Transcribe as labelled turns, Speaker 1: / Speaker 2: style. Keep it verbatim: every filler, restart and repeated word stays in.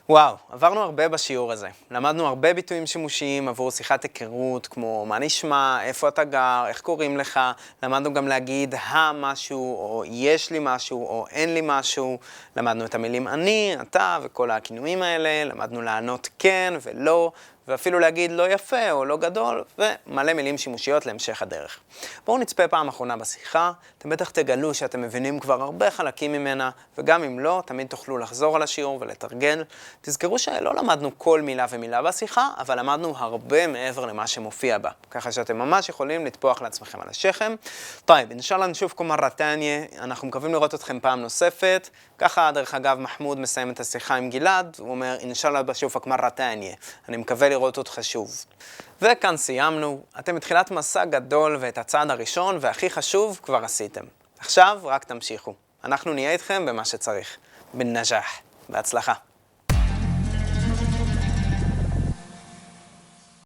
Speaker 1: וואו, עברנו הרבה בשיעור הזה. למדנו הרבה ביטויים שימושיים עבור שיחת היכרות, כמו מה נשמע, איפה אתה גר, איך קוראים לך. למדנו גם להגיד המשהו, או יש לי משהו, או אין לי משהו. למדנו את המילים אני, אתה וכל הכינויים האלה. למדנו לענות כן ולא, ואפילו להגיד לא יפה או לא גדול, ומלא מילים שימושיות להמשך הדרך. בואו נצפה פעם אחרונה בשיחה. אתם בטח תגלו שאתם מבינים כבר הרבה חלקים ממנה, וגם אם לא, תמיד תוכלו לחזור על השיעור ולתרגל. תזכרו שלא למדנו כל מילה ומילה בשיחה, אבל למדנו הרבה מעבר למה שמופיע בה. ככה שאתם ממש יכולים לטפוח לעצמכם על השכם. טייב, אינשאללה נשופכם מרה תניה. אנחנו מקווים לראות אתכם פעם נוספת. ככה, דרך אגב, מחמוד מסיים את השיחה עם גלעד. הוא אומר, אינשאללה בשופק מרה תניה. אני מקווה לראות אותך שוב. וכאן סיימנו. אתם מתחילת מסע גדול, ואת הצעד הראשון והכי חשוב כבר עשיתם. עכשיו רק תמשיכו. אנחנו נהיה איתכם במה שצריך. בנג'אח. בהצלחה.